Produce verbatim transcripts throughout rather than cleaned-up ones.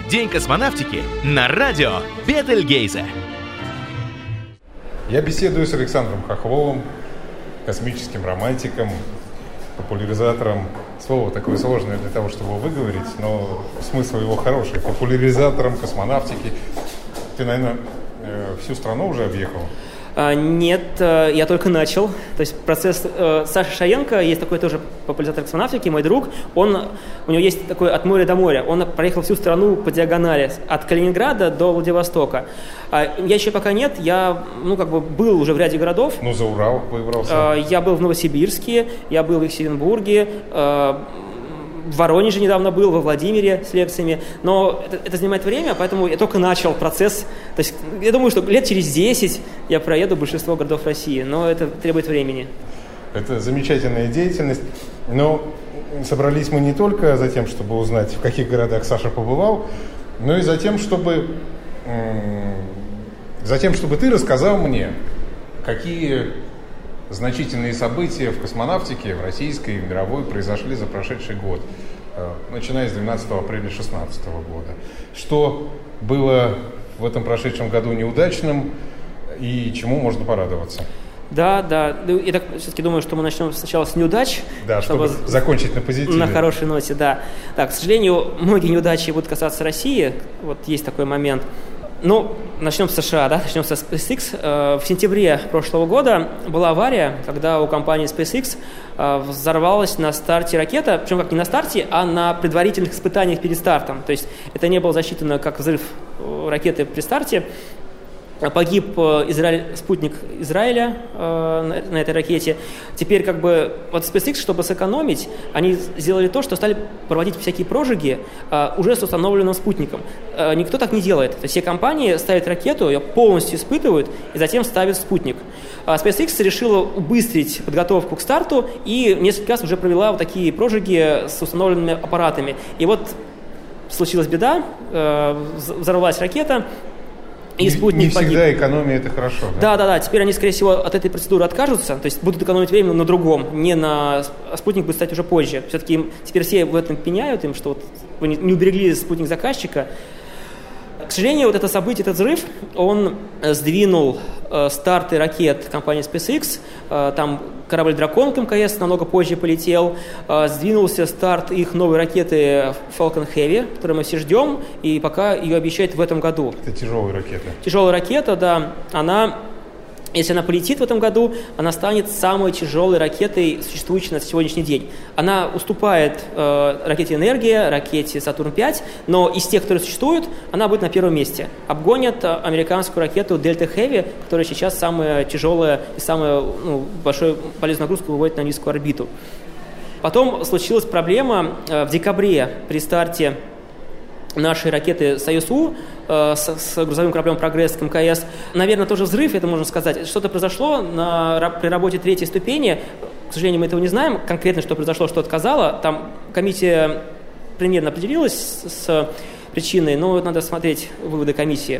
День космонавтики на радио Бетельгейзе. Я беседую с Александром Хохловым, космическим романтиком, популяризатором. Слово такое сложное для того, чтобы его выговорить, но смысл его хороший. Популяризатором космонавтики. Ты, наверное, всю страну уже объехал? Нет, я только начал. То есть процесс... Саша Шаенко, есть такой тоже популяризатор космонавтики, мой друг, он, у него есть такой от моря до моря. Он проехал всю страну по диагонали, от Калининграда до Владивостока. Я еще пока нет, я, ну, как бы был уже в ряде городов. Ну, за Урал выбрался. Я был в Новосибирске, я был в Екатеринбурге, в Воронеже недавно был, во Владимире с лекциями, но это, это занимает время, поэтому я только начал процесс. То есть я думаю, что лет через десять я проеду большинство городов России, но это требует времени. Это замечательная деятельность, но собрались мы не только за тем, чтобы узнать, в каких городах Саша побывал, но и за тем, чтобы, за тем, чтобы ты рассказал мне, какие значительные события в космонавтике, в российской и мировой, произошли за прошедший год, начиная с двенадцатого апреля две тысячи шестнадцатого года. Что было в этом прошедшем году неудачным и чему можно порадоваться? Да, да. Я так все-таки думаю, что мы начнем сначала с неудач. Да, чтобы, чтобы закончить на позитиве. На хорошей ноте, да. Да, к сожалению, многие неудачи будут касаться России. Вот есть такой момент. Ну, начнем с США, да, начнем со SpaceX. В сентябре прошлого года была авария, когда у компании SpaceX взорвалась на старте ракета, причем как не на старте, а на предварительных испытаниях перед стартом. То есть это не было засчитано как взрыв ракеты при старте. Погиб Израиль, спутник Израиля э, на, на этой ракете. Теперь как бы вот SpaceX, чтобы сэкономить, они сделали то, что стали проводить всякие прожиги э, уже с установленным спутником. Э, никто так не делает. То есть все компании ставят ракету, ее полностью испытывают и затем ставят спутник. А SpaceX решила убыстрить подготовку к старту и несколько раз уже провела вот такие прожиги с установленными аппаратами. И вот случилась беда, э, взорвалась ракета. И спутник не всегда погиб. Экономия – это хорошо. Да? да, да, да. Теперь они, скорее всего, от этой процедуры откажутся, то есть будут экономить время на другом, не на спутник будет стать уже позже. Все-таки им, теперь все в этом пеняют им, что вот вы не уберегли спутник заказчика. К сожалению, вот это событие, этот взрыв, он сдвинул э, старты ракет компании SpaceX. Э, там корабль «Дракон» к МКС намного позже полетел. Э, сдвинулся старт их новой ракеты Falcon Heavy, которую мы все ждем, и пока ее обещают в этом году. Это тяжелая ракета. Тяжелая ракета, да. Она, если она полетит в этом году, она станет самой тяжелой ракетой, существующей на сегодняшний день. Она уступает э, ракете «Энергия», ракете «Сатурн пять», но из тех, которые существуют, она будет на первом месте. Обгонят американскую ракету «Дельта Хэви», которая сейчас самая тяжелая и самую ну, большую полезную нагрузку выводит на низкую орбиту. Потом случилась проблема э, в декабре при старте нашей ракеты «Союз-У» э, с, с грузовым кораблем «Прогресс» к МКС. Наверное, тоже взрыв, это можно сказать. Что-то произошло на, при работе третьей ступени. К сожалению, мы этого не знаем. Конкретно, что произошло, что отказало. Там комиссия примерно определилась с, с причиной, но надо смотреть выводы комиссии.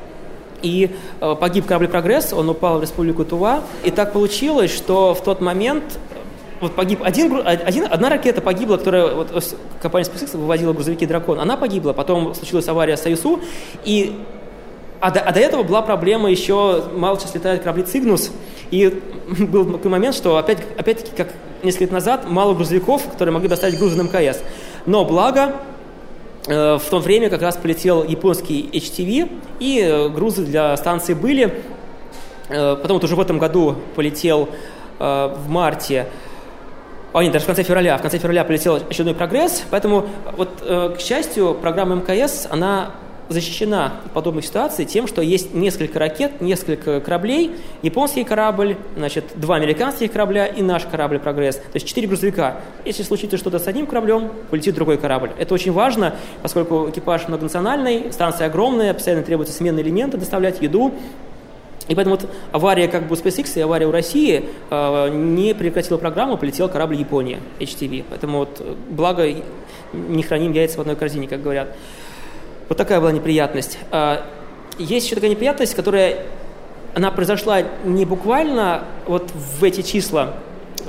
И э, погиб корабль «Прогресс», он упал в республику Тува. И так получилось, что в тот момент... Вот погиб один, один, одна ракета погибла, которая вот, компания SpaceX вывозила грузовики «Дракон», она погибла, потом случилась авария «Союз-У», и, а, до, а до этого была проблема еще, мало сейчас летают корабли «Цигнус», и был такой момент, что опять, опять-таки, как несколько лет назад, мало грузовиков, которые могли доставить грузы на МКС. Но благо, э, в то время как раз полетел японский эйч ти ви, и э, грузы для станции были. Э, потом вот уже в этом году полетел э, в марте, О, нет, даже в конце февраля. В конце февраля полетел очередной «Прогресс», поэтому, вот, э, к счастью, программа МКС, она защищена от подобных ситуаций тем, что есть несколько ракет, несколько кораблей, японский корабль, значит, два американских корабля и наш корабль «Прогресс». То есть четыре грузовика. Если случится что-то с одним кораблем, полетит другой корабль. Это очень важно, поскольку экипаж многонациональный, станция огромная, постоянно требуется сменные элементы доставлять, еду. И поэтому вот авария как бы у SpaceX и авария у России э, не прекратила программу, полетел корабль Япония, эйч ти ви. Поэтому вот благо не храним яйца в одной корзине, как говорят. Вот такая была неприятность. Э, есть еще такая неприятность, которая, она произошла не буквально вот в эти числа,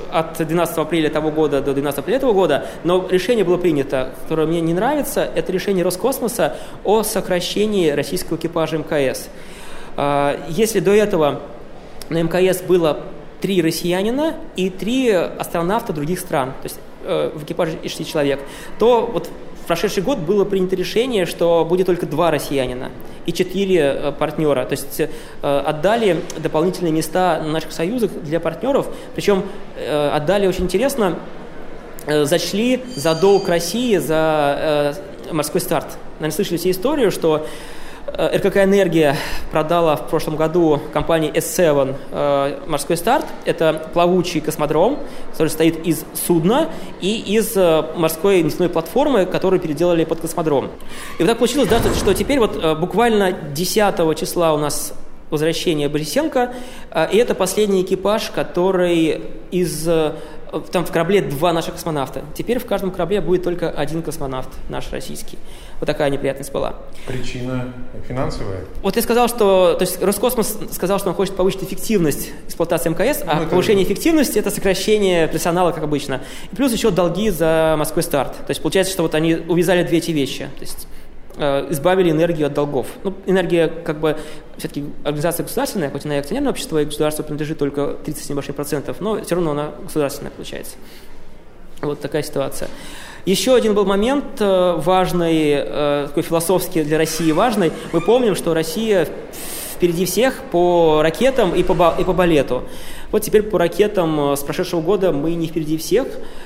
от двенадцатого апреля того года до двенадцатого апреля этого года, но решение было принято, которое мне не нравится, это решение Роскосмоса о сокращении российского экипажа эм ка эс. Если до этого на эм ка эс было три россиянина и три астронавта других стран, то есть в экипаже из шести человек, то вот в прошедший год было принято решение, что будет только два россиянина и четыре партнера. То есть отдали дополнительные места на наших союзах для партнеров, причем отдали очень интересно, зачли за долг России за морской старт. Наверное, слышали все историю, что эр ка ка «Энергия» продала в прошлом году компании эс семь э, «Морской старт». Это плавучий космодром, который состоит из судна и из э, морской нефтяной платформы, которую переделали под космодром. И вот так получилось, да, что теперь вот э, буквально десятого числа у нас возвращение Борисенко, э, и это последний экипаж, который из... Э, там в корабле два наших космонавта. Теперь в каждом корабле будет только один космонавт, наш российский. Вот такая неприятность была. Причина финансовая? Вот я сказал, что... То есть Роскосмос сказал, что он хочет повысить эффективность эксплуатации эм ка эс, ну, а повышение это... эффективности – это сокращение персонала, как обычно. И плюс еще долги за морской старт. То есть получается, что вот они увязали две эти вещи. То есть избавили энергию от долгов. Ну, энергия, как бы, все-таки организация государственная, хоть она и акционерное общество, и государству принадлежит только тридцать с небольшим процентов, но все равно она государственная получается. Вот такая ситуация. Еще один был момент важный, такой философский для России важный. Мы помним, что Россия впереди всех по ракетам и по, и по балету. Вот теперь по ракетам с прошедшего года мы не впереди всех.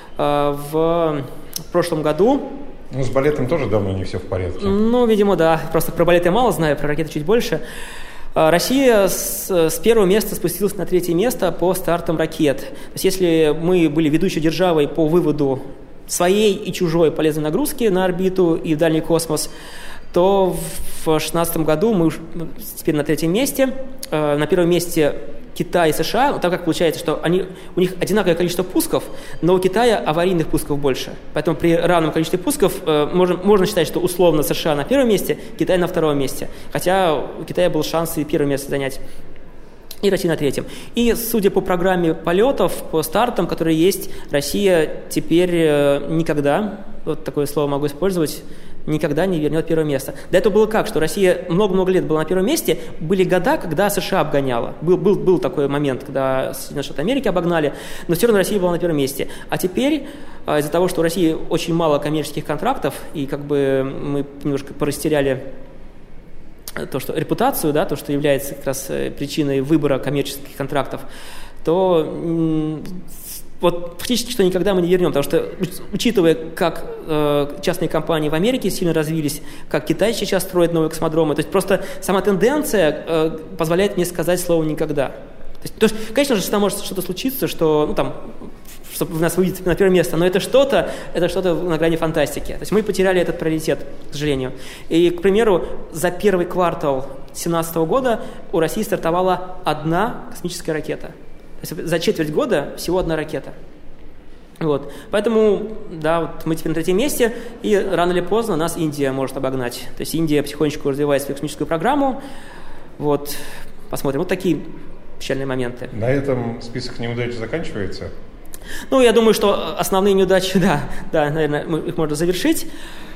В прошлом году... Ну, с балетом тоже давно не все в порядке. Ну, видимо, да. Просто про балет я мало знаю, про ракеты чуть больше. Россия с, с первого места спустилась на третье место по стартам ракет. То есть если мы были ведущей державой по выводу своей и чужой полезной нагрузки на орбиту и в дальний космос, то в две тысячи шестнадцатом году мы теперь на третьем месте. На первом месте Китай и США, вот так как получается, что они, у них одинаковое количество пусков, но у Китая аварийных пусков больше. Поэтому при равном количестве пусков э, можно, можно считать, что условно США на первом месте, Китай на втором месте. Хотя у Китая был шанс и первое место занять. И Россия на третьем. И судя по программе полетов, по стартам, которые есть, Россия теперь э, никогда, вот такое слово могу использовать, никогда не вернет первое место. До этого было как, что Россия много-много лет была на первом месте, были года, когда США обгоняла. Был, был, был такой момент, когда Соединенные Штаты Америки обогнали, но все равно Россия была на первом месте. А теперь, из-за того, что у России очень мало коммерческих контрактов, и как бы мы немножко порастеряли то, что репутацию, да, то, что является как раз причиной выбора коммерческих контрактов, то вот фактически, что никогда мы не вернем, потому что, учитывая, как э, частные компании в Америке сильно развились, как Китай сейчас строит новые космодромы, то есть просто сама тенденция э, позволяет мне сказать слово «никогда». То есть, то есть, конечно же, всегда может что-то случиться, что, ну, там, чтобы нас вывести на первое место, но это что-то, это что-то на грани фантастики. То есть мы потеряли этот приоритет, к сожалению. И, к примеру, за первый квартал две тысячи семнадцатого года у России стартовала одна космическая ракета. То есть за четверть года всего одна ракета. Вот. Поэтому, да, вот мы теперь на третьем месте, и рано или поздно нас Индия может обогнать. То есть Индия потихонечку развивает свою космическую программу. Вот. Посмотрим. Вот такие печальные моменты. На этом список неудач заканчивается? Ну, я думаю, что основные неудачи, да, да, наверное, их можно завершить.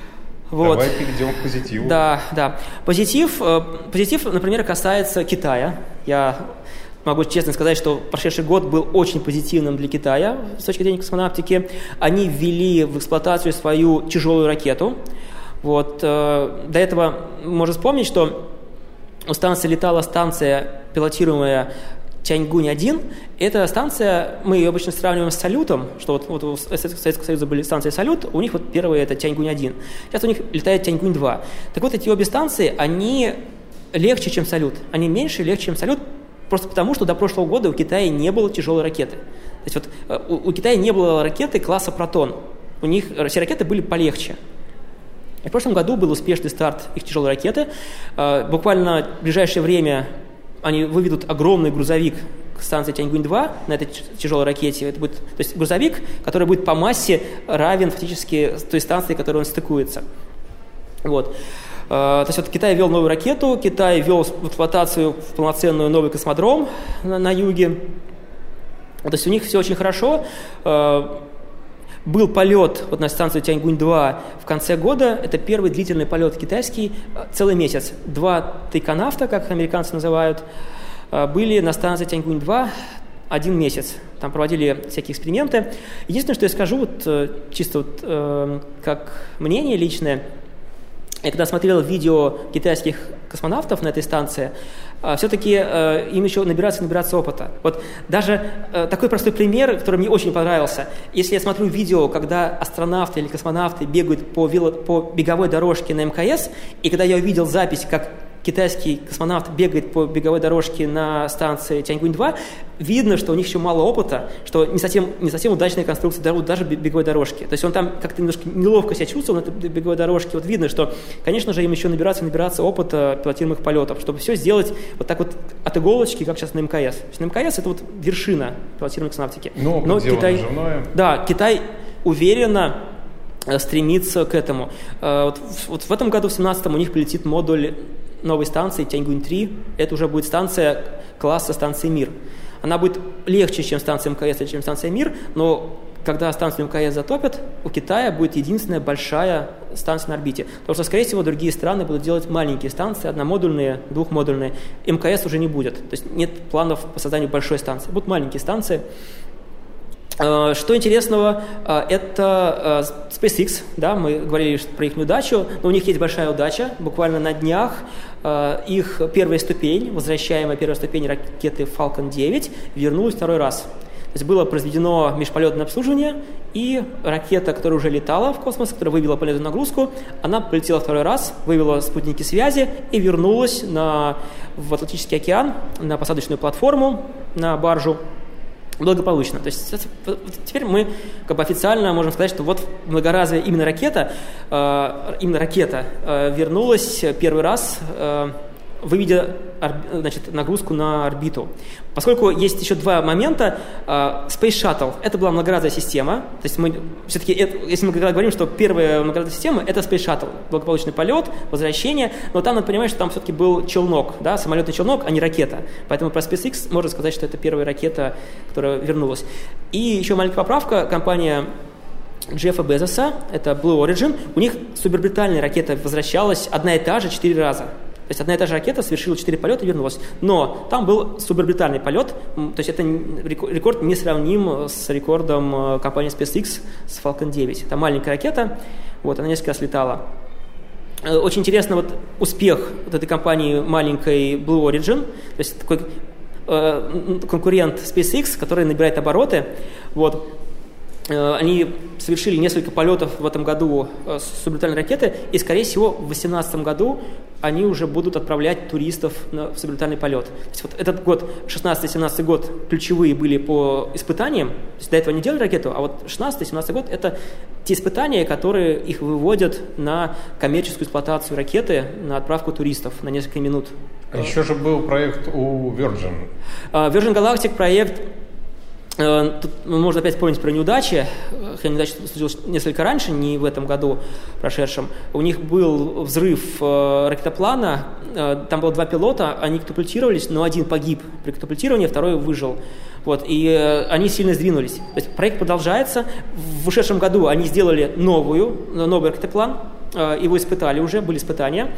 Вот. Давай перейдем к позитиву. Да, да. Позитив, позитив, например, касается Китая. Я могу честно сказать, что прошедший год был очень позитивным для Китая с точки зрения космонавтики. Они ввели в эксплуатацию свою тяжелую ракету. Вот. До этого можно вспомнить, что у станции летала станция, пилотируемая Тяньгунь один. Эта станция, мы ее обычно сравниваем с «Салютом», что вот, вот у Советского Союза были станции «Салют», у них вот первая это Тяньгунь один. Сейчас у них летает Тяньгунь два. Так вот, эти обе станции, они легче, чем «Салют». Они меньше, легче, чем «Салют», просто потому, что до прошлого года у Китая не было тяжелой ракеты. То есть вот у, у Китая не было ракеты класса «Протон». У них все ракеты были полегче. И в прошлом году был успешный старт их тяжелой ракеты. Буквально в ближайшее время они выведут огромный грузовик к станции Тяньгунь два на этой тяжелой ракете. Это будет, то есть грузовик, который будет по массе равен фактически той станции, к которой он стыкуется. Вот. То есть вот Китай ввел новую ракету, Китай ввел в эксплуатацию полноценную новый космодром на, на юге. То есть у них все очень хорошо. Был полет вот на станцию Тяньгунь-два в конце года. Это первый длительный полет китайский, целый месяц. Два тайконавта, как их американцы называют, были на станции Тяньгунь-два один месяц. Там проводили всякие эксперименты. Единственное, что я скажу, вот, чисто вот, э, как мнение личное, я когда смотрел видео китайских космонавтов на этой станции, э, все-таки э, им еще набираться набираться опыта. Вот даже э, такой простой пример, который мне очень понравился. Если я смотрю видео, когда астронавты или космонавты бегают по, вело, по беговой дорожке на эм ка эс, и когда я увидел запись, как китайский космонавт бегает по беговой дорожке на станции Тяньгунь-два, видно, что у них еще мало опыта, что не совсем, не совсем удачная конструкция даже беговой дорожки. То есть он там как-то немножко неловко себя чувствовал на этой беговой дорожке. Вот видно, что, конечно же, им еще набираться набираться опыта пилотируемых полетов, чтобы все сделать вот так вот от иголочки, как сейчас на эм ка эс. То есть на эм ка эс это вот вершина пилотируемой космонавтики. Ну, Но Китай, да, Китай уверенно стремится к этому. Вот, вот в этом году, в семнадцатом, у них полетит модуль новой станции Тяньгунь-три. Это уже будет станция класса станции «Мир». Она будет легче, чем станция эм ка эс, чем станция «Мир», но когда станцию эм ка эс затопят, у Китая будет единственная большая станция на орбите. Потому что, скорее всего, другие страны будут делать маленькие станции, одномодульные, двухмодульные. эм ка эс уже не будет. То есть нет планов по созданию большой станции. Будут маленькие станции. Что интересного, это SpaceX, да, мы говорили про их неудачу, но у них есть большая удача. Буквально на днях их первая ступень, возвращаемая первая ступень ракеты Falcon девять, вернулась второй раз. То есть было произведено межполетное обслуживание, и ракета, которая уже летала в космос, которая вывела полезную нагрузку, она полетела второй раз, вывела спутники связи и вернулась на, в Атлантический океан на посадочную платформу, на баржу. Благополучно. То есть теперь мы как бы официально можем сказать, что вот многоразовая именно ракета, э, именно ракета э, вернулась первый раз, э, выведя значит, нагрузку на орбиту. Поскольку есть еще два момента, Space Shuttle – это была многоразовая система, то есть мы все-таки, если мы говорим, что первая многоразовая система – это Space Shuttle, благополучный полет, возвращение, но там надо понимать, что там все-таки был челнок, да, самолетный челнок, а не ракета. Поэтому про SpaceX можно сказать, что это первая ракета, которая вернулась. И еще маленькая поправка, компания Джеффа Безоса, это Blue Origin, у них суборбитальная ракета возвращалась одна и та же четыре раза. То есть одна и та же ракета совершила четыре полета и вернулась. Но там был суборбитальный полет, то есть это рекорд не сравним с рекордом компании SpaceX с Falcon девять. Это маленькая ракета, вот, она несколько раз летала. Очень интересно вот успех вот этой компании маленькой Blue Origin, то есть такой э, конкурент SpaceX, который набирает обороты. Вот. Они совершили несколько полетов в этом году с суборбитальной ракеты, и, скорее всего, в две тысячи восемнадцатом году они уже будут отправлять туристов на, в суборбитальный полет. То есть вот этот год, шестнадцатый-семнадцатый год, ключевые были по испытаниям. То есть до этого не делали ракету, а вот шестнадцатый-семнадцатый год – это те испытания, которые их выводят на коммерческую эксплуатацию ракеты, на отправку туристов на несколько минут. А еще же был проект у Virgin. Virgin Galactic проект. Тут можно опять вспомнить про неудачи. Хотя неудача случилась несколько раньше, не в этом году прошедшем. У них был взрыв ракетоплана, там было два пилота, они катапультировались, но один погиб при катапультировании, второй выжил. Вот, и они сильно сдвинулись. То есть проект продолжается. В ушедшем году они сделали новую, новый ракетоплан, его испытали уже, были испытания.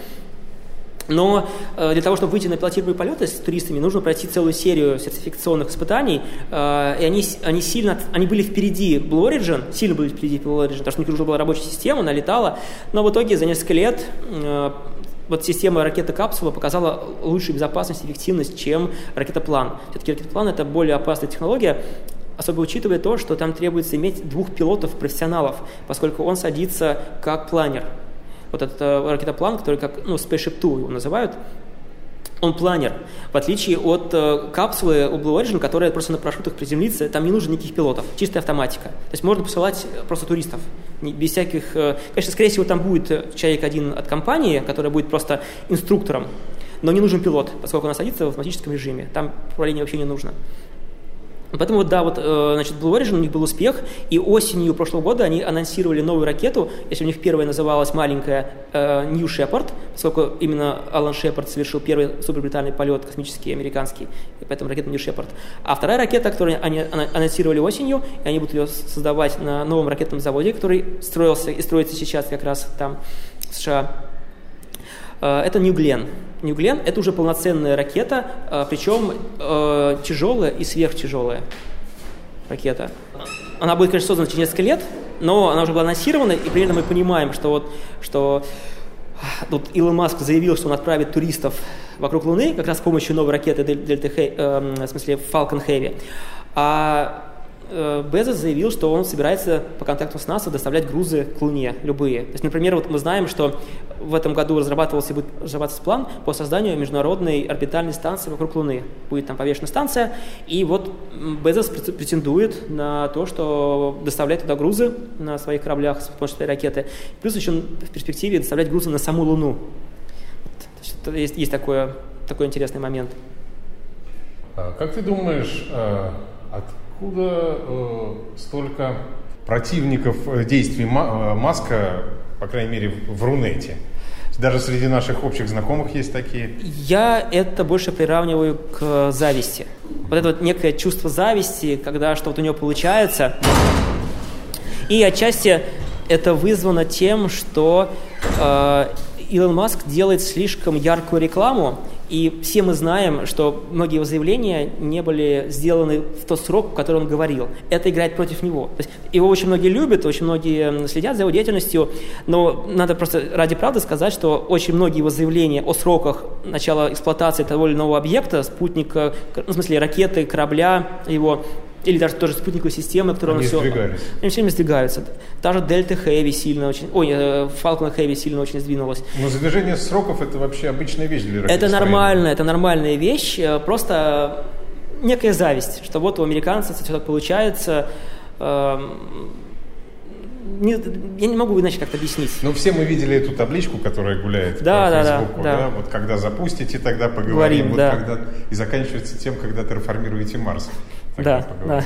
Но э, для того, чтобы выйти на пилотируемые полеты с туристами, нужно пройти целую серию сертификационных испытаний, э, и они, они сильно, они были впереди Blue Origin, сильно были впереди Blue Origin, потому что у них уже была рабочая система, она летала, но в итоге за несколько лет э, вот система ракета-капсула показала лучшую безопасность и эффективность, чем ракетоплан. Все-таки ракетоплан – это более опасная технология, особенно учитывая то, что там требуется иметь двух пилотов-профессионалов, поскольку он садится как планер. Вот этот ракетоплан, который как, ну, Spaceship два его называют, он планер. В отличие от э, капсулы у Blue Origin, которая просто на парашютах приземлится, там не нужно никаких пилотов, чистая автоматика. То есть можно посылать просто туристов, не, без всяких... Э, конечно, скорее всего, там будет человек один от компании, который будет просто инструктором, но не нужен пилот, поскольку он садится в автоматическом режиме. Там управление вообще не нужно. Поэтому, да, вот, значит, Blue Origin, у них был успех, и осенью прошлого года они анонсировали новую ракету, если у них первая называлась маленькая New Shepard, поскольку именно Алан Шепард совершил первый суперорбитальный полет космический американский, и поэтому ракета New Shepard. А вторая ракета, которую они анонсировали осенью, и они будут ее создавать на новом ракетном заводе, который строился и строится сейчас как раз там, в США, это New Glenn. New Glenn – это уже полноценная ракета, причем тяжелая и сверхтяжелая ракета. Она будет, конечно, создана через несколько лет, но она уже была анонсирована, и при этом мы понимаем, что, вот, что тут Илон Маск заявил, что он отправит туристов вокруг Луны как раз с помощью новой ракеты Delta Heavy, э, в смысле Falcon Heavy. А Безос заявил, что он собирается по контакту с НАСА доставлять грузы к Луне, любые. То есть, например, вот мы знаем, что в этом году разрабатывался, будет разрабатываться план по созданию международной орбитальной станции вокруг Луны. Будет там повешенная станция, и вот Безос претендует на то, что доставлять туда грузы на своих кораблях с помощью своей ракеты, плюс еще в перспективе доставлять грузы на саму Луну. То есть, есть такой, такой интересный момент. Как ты думаешь, откуда э, столько противников действий Маска, по крайней мере, в Рунете? Даже среди наших общих знакомых есть такие. Я это больше приравниваю к зависти. Вот это вот некое чувство зависти, когда что-то у него получается. И отчасти это вызвано тем, что э, Илон Маск делает слишком яркую рекламу, и все мы знаем, что многие его заявления не были сделаны в тот срок, в который он говорил. Это играет против него. То есть его очень многие любят, очень многие следят за его деятельностью, но надо просто ради правды сказать, что очень многие его заявления о сроках начала эксплуатации того или иного объекта, спутника, ну, в смысле ракеты, корабля его, или даже тоже спутниковой системы, которую они он все... сдвигались. Они все время сдвигаются. Та же Delta Heavy сильно очень... Ой, Falcon Heavy сильно очень сдвинулась. Но задвижение сроков – это вообще обычная вещь для ракет. Это нормально, это нормальная вещь, просто некая зависть, что вот у американцев все так получается. Не, я не могу иначе как-то объяснить. Ну, все мы видели эту табличку, которая гуляет да, по да, Фейсбуку. Да, да? да. Вот когда запустите, тогда поговорим. Говорим, вот да. когда... И заканчивается тем, когда терраформируете Марс. Да, да.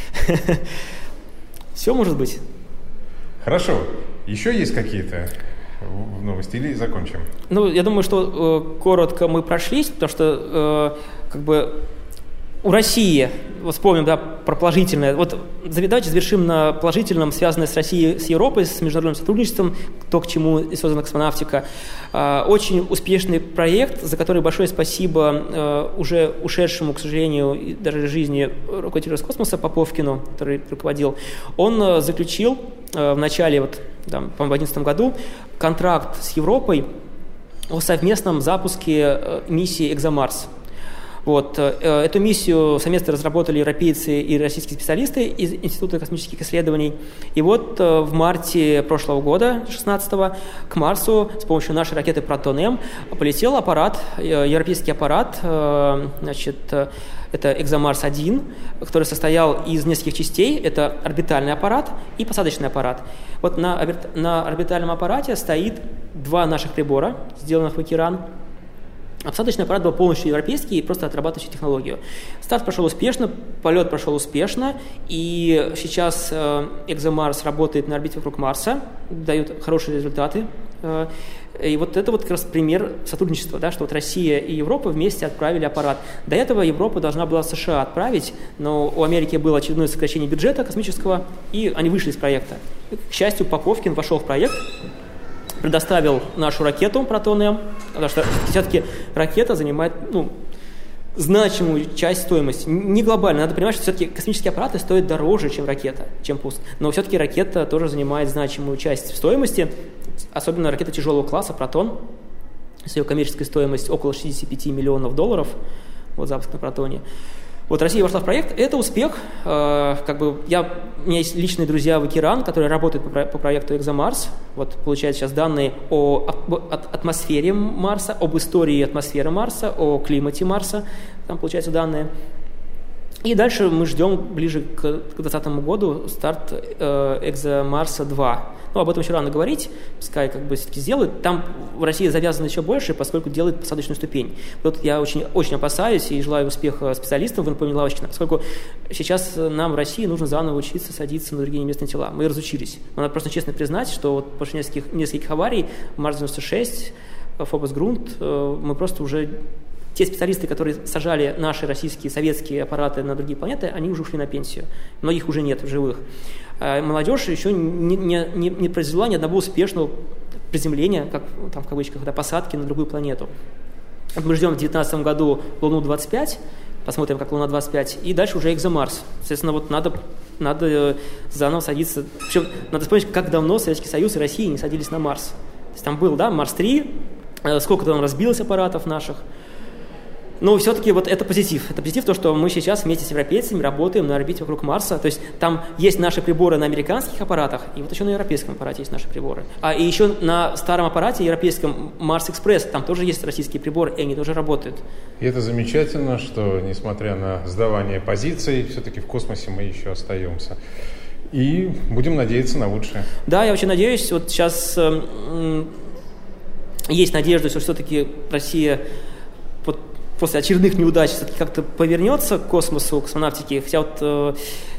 Все может быть. Хорошо. Еще есть какие-то новости или закончим? Ну, я думаю, что э, коротко мы прошлись, потому что э, как бы у России, вот вспомним, да, про положительное. Вот давайте завершим на положительном, связанное с Россией, с Европой, с международным сотрудничеством, то, к чему и создана космонавтика. Очень успешный проект, за который большое спасибо уже ушедшему, к сожалению, даже жизни руководителю Роскосмоса Поповкину, который руководил. Он заключил в начале, вот, там, по-моему, в две тысячи одиннадцатом году контракт с Европой о совместном запуске миссии «Экзомарс». Вот. Эту миссию совместно разработали европейцы и российские специалисты из Института космических исследований. И вот в марте прошлого года, шестнадцатого, к Марсу с помощью нашей ракеты «Протон-М» полетел аппарат, европейский аппарат, значит, это «Экзомарс один», который состоял из нескольких частей. Это орбитальный аппарат и посадочный аппарат. Вот на, на орбитальном аппарате стоит два наших прибора, сделанных в Икиран. А посадочный аппарат был полностью европейский и просто отрабатывающий технологию. Старт прошел успешно, полет прошел успешно, и сейчас «Экзомарс» работает на орбите вокруг Марса, дает хорошие результаты. И вот это вот как раз пример сотрудничества, да, что вот Россия и Европа вместе отправили аппарат. До этого Европа должна была США отправить, но у Америки было очередное сокращение бюджета космического, и они вышли из проекта. К счастью, Поповкин вошел в проект, предоставил нашу ракету «Протон-М», потому что все-таки ракета занимает, ну, значимую часть стоимости. Не глобально. Надо понимать, что все-таки космические аппараты стоят дороже, чем ракета, чем пуск. Но все-таки ракета тоже занимает значимую часть стоимости, особенно ракета тяжелого класса «Протон». С ее коммерческой стоимостью около шестьдесят пять миллионов долларов. Вот запуск на «Протоне». Вот Россия вошла в проект, это успех. Э, как бы я, у меня есть личные друзья в Икиран, которые работают по, про, по проекту «Экзомарс». Вот получают сейчас данные о, об, от, атмосфере Марса, об истории атмосферы Марса, о климате Марса. Там получаются данные. И дальше мы ждем ближе к двадцатому году старт э, «Экзомарса два». Ну, об этом еще рано говорить, пускай как бы все-таки сделают. Там в России завязано еще больше, поскольку делает посадочную ступень. Вот я очень, очень опасаюсь и желаю успеха специалистам в НПО Милавочкина, поскольку сейчас нам в России нужно заново учиться садиться на другие местные тела. Мы разучились. Но надо просто честно признать, что вот после нескольких, нескольких аварий Марс девяносто шесть, Фобос Грунт, мы просто уже... Те специалисты, которые сажали наши российские, советские аппараты на другие планеты, они уже ушли на пенсию. Многих уже нет в живых. А молодежь еще не, не, не, не произвела ни одного успешного приземления, как там в кавычках, да, посадки на другую планету. Вот мы ждем в две тысячи девятнадцатом году Луну двадцать пять, посмотрим, как Луна двадцать пять, и дальше уже Экзомарс. Соответственно, вот надо, надо заново садиться. Причем надо вспомнить, как давно Советский Союз и Россия не садились на Марс. То есть там был, да, Марс три, сколько там разбилось аппаратов наших. Но все-таки вот это позитив. Это позитив, то, что мы сейчас вместе с европейцами работаем на орбите вокруг Марса. То есть там есть наши приборы на американских аппаратах, и вот еще на европейском аппарате есть наши приборы. А и еще на старом аппарате европейском Марс-Экспресс, там тоже есть российские приборы, и они тоже работают. И это замечательно, что, несмотря на сдавание позиций, все-таки в космосе мы еще остаемся. И будем надеяться на лучшее. Да, я очень надеюсь. Вот сейчас э, есть надежда, что все-таки Россия... Вот, после очередных неудач все-таки как-то повернется к космосу, к космонавтике. Хотя вот, э,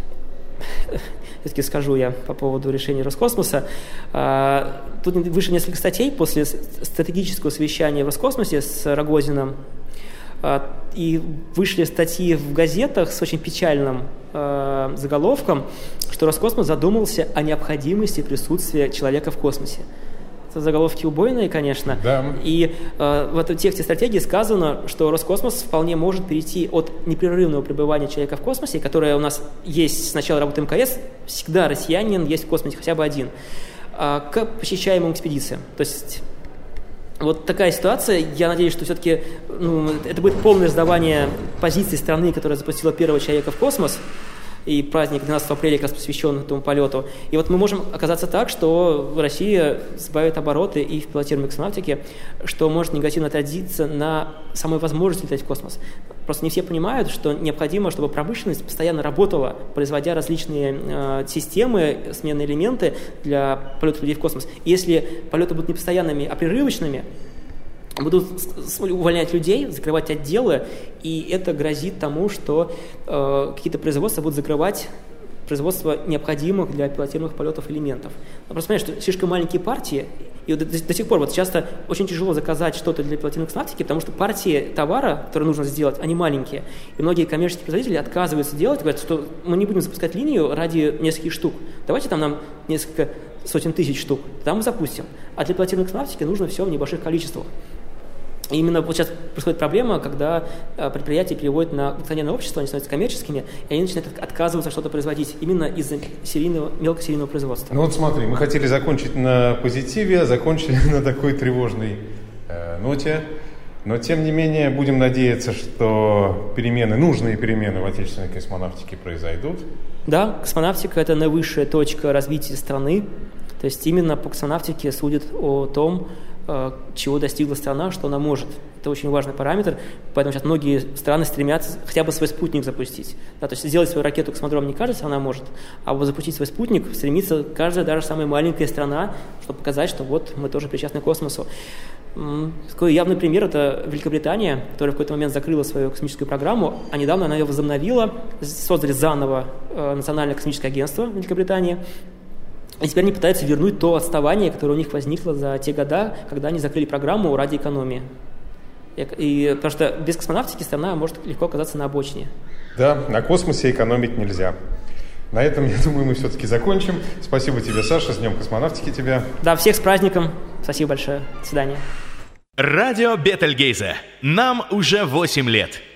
все-таки скажу я по поводу решения Роскосмоса. Э, тут вышло несколько статей после стратегического совещания в Роскосмосе с Рогозиным. Э, и вышли статьи в газетах с очень печальным э, заголовком, что Роскосмос задумался о необходимости присутствия человека в космосе. Это заголовки убойные, конечно. Да. И э, в этом тексте стратегии сказано, что Роскосмос вполне может перейти от непрерывного пребывания человека в космосе, которое у нас есть с начала работы МКС, всегда россиянин есть в космосе, хотя бы один, э, к посещаемым экспедициям. То есть вот такая ситуация. Я надеюсь, что все-таки ну, это будет полное сдавание позиции страны, которая запустила первого человека в космос. И праздник двенадцатого апреля как раз посвящен этому полету. И вот мы можем оказаться так, что Россия сбавит обороты и в пилотируемой космонавтике, что может негативно отразиться на самой возможности летать в космос. Просто не все понимают, что необходимо, чтобы промышленность постоянно работала, производя различные э, системы, сменные элементы для полетов людей в космос. И если полеты будут не постоянными, а прерывочными, будут увольнять людей, закрывать отделы, и это грозит тому, что э, какие-то производства будут закрывать производство необходимых для пилотируемых полетов элементов. Но просто понимаете, что слишком маленькие партии, и вот до, до сих пор вот часто очень тяжело заказать что-то для пилотируемой космонавтики, потому что партии товара, которые нужно сделать, они маленькие. И многие коммерческие производители отказываются делать, говорят, что мы не будем запускать линию ради нескольких штук. Давайте там нам несколько сотен тысяч штук, там мы запустим. А для пилотируемой космонавтики нужно все в небольших количествах. И именно вот сейчас происходит проблема, когда предприятия переводят на акционерное общество, они становятся коммерческими, и они начинают отказываться что-то производить именно из-за серийного, мелкосерийного производства. Ну вот смотри, мы хотели закончить на позитиве, закончили на такой тревожной э, ноте, но тем не менее будем надеяться, что перемены, нужные перемены в отечественной космонавтике произойдут. Да, космонавтика – это наивысшая точка развития страны, то есть именно по космонавтике судят о том, чего достигла страна, что она может. Это очень важный параметр, поэтому сейчас многие страны стремятся хотя бы свой спутник запустить. Да, то есть сделать свою ракету космодром, не кажется, она может, а вот запустить свой спутник стремится каждая, даже самая маленькая страна, чтобы показать, что вот мы тоже причастны к космосу. Такой явный пример – это Великобритания, которая в какой-то момент закрыла свою космическую программу, а недавно она ее возобновила, создали заново Национальное космическое агентство Великобритании. И теперь они пытаются вернуть то отставание, которое у них возникло за те года, когда они закрыли программу ради экономии. И, и, потому что без космонавтики страна может легко оказаться на обочине. Да, на космосе экономить нельзя. На этом, я думаю, мы все-таки закончим. Спасибо тебе, Саша, с Днем космонавтики тебя. Да, всех с праздником. Спасибо большое. До свидания. Радио Бетельгейзе. Нам уже восемь лет.